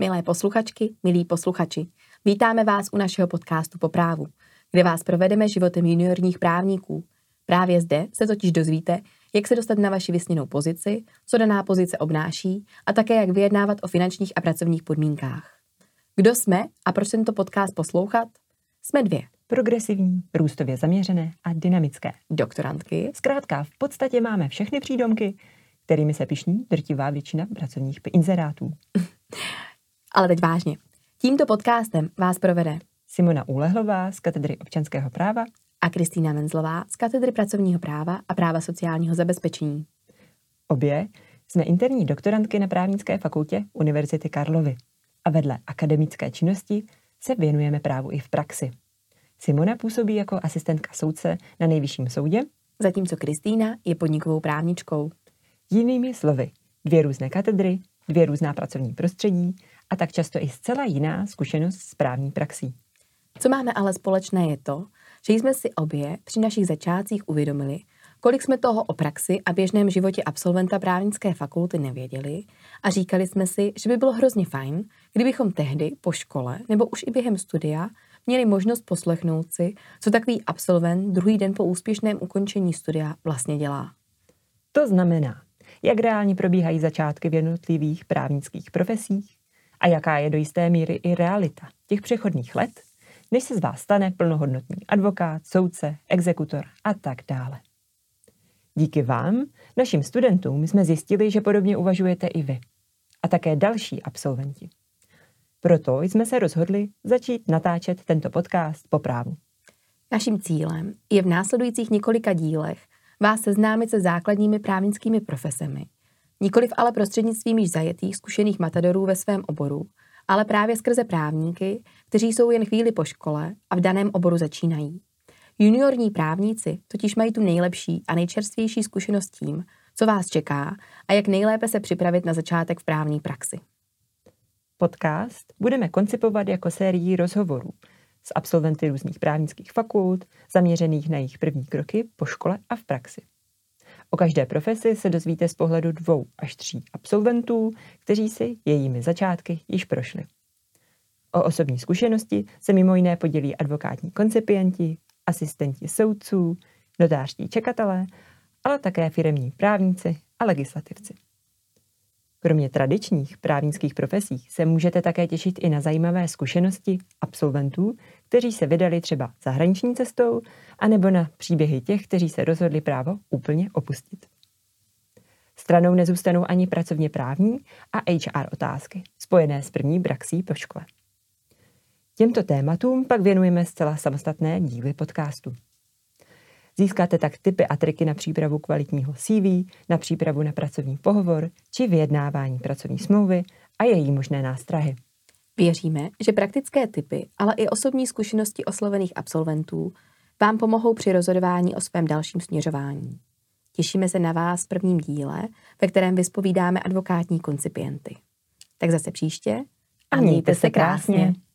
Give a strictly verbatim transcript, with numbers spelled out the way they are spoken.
Milé posluchačky, milí posluchači, vítáme vás u našeho podcastu Po právu, kde vás provedeme životem juniorních právníků. Právě zde se totiž dozvíte, jak se dostat na vaši vysněnou pozici, co daná pozice obnáší a také jak vyjednávat o finančních a pracovních podmínkách. Kdo jsme a proč tento podcast poslouchat? Jsme dvě. Progresivní, růstově zaměřené a dynamické. Doktorantky. Zkrátka, v podstatě máme všechny přídomky, kterými se pyšní drtivá většina pracovních inzerátů. Ale teď vážně. Tímto podcastem vás provede Simona Úlehlová z katedry občanského práva a Kristýna Menzlová z katedry pracovního práva a práva sociálního zabezpečení. Obě jsme interní doktorantky na právnické fakultě Univerzity Karlovy a vedle akademické činnosti se věnujeme právu i v praxi. Simona působí jako asistentka soudce na Nejvyšším soudě, zatímco Kristýna je podnikovou právničkou. Jinými slovy, dvě různé katedry, dvě různá pracovní prostředí a tak často i zcela jiná zkušenost s právní praxí. Co máme ale společné je to, že jsme si obě při našich začátcích uvědomili, kolik jsme toho o praxi a běžném životě absolventa právnické fakulty nevěděli a říkali jsme si, že by bylo hrozně fajn, kdybychom tehdy po škole nebo už i během studia měli možnost poslechnout si, co takový absolvent druhý den po úspěšném ukončení studia vlastně dělá. To znamená, jak reálně probíhají začátky v jednotlivých právnických profesích a jaká je do jisté míry i realita těch přechodných let, než se z vás stane plnohodnotný advokát, soudce, exekutor a tak dále. Díky vám, našim studentům, jsme zjistili, že podobně uvažujete i vy a také další absolventi. Proto jsme se rozhodli začít natáčet tento podcast po právu. Naším cílem je v následujících několika dílech vás seznámit se základními právnickými profesemi, nikoliv ale prostřednictvím již zajetých zkušených matadorů ve svém oboru, ale právě skrze právníky, kteří jsou jen chvíli po škole a v daném oboru začínají. Juniorní právníci totiž mají tu nejlepší a nejčerstvější zkušenost tím, co vás čeká a jak nejlépe se připravit na začátek v právní praxi. Podcast budeme koncipovat jako sérii rozhovorů s absolventy různých právnických fakult, zaměřených na jejich první kroky po škole a v praxi. O každé profesi se dozvíte z pohledu dvou až tří absolventů, kteří si jejími začátky již prošli. O osobní zkušenosti se mimo jiné podělí advokátní koncipienti, asistenti soudců, notářští čekatelé, ale také firemní právníci a legislativci. Kromě tradičních právnických profesí se můžete také těšit i na zajímavé zkušenosti absolventů, kteří se vydali třeba zahraniční cestou, anebo na příběhy těch, kteří se rozhodli právo úplně opustit. Stranou nezůstanou ani pracovně právní a H R otázky, spojené s první praxí po škole. Těmto tématům pak věnujeme zcela samostatné díly podcastu. Získáte tak tipy a triky na přípravu kvalitního C V, na přípravu na pracovní pohovor či vyjednávání pracovní smlouvy a její možné nástrahy. Věříme, že praktické tipy, ale i osobní zkušenosti oslovených absolventů vám pomohou při rozhodování o svém dalším směřování. Těšíme se na vás v prvním díle, ve kterém vyspovídáme advokátní koncipienty. Tak zase příště a mějte se krásně.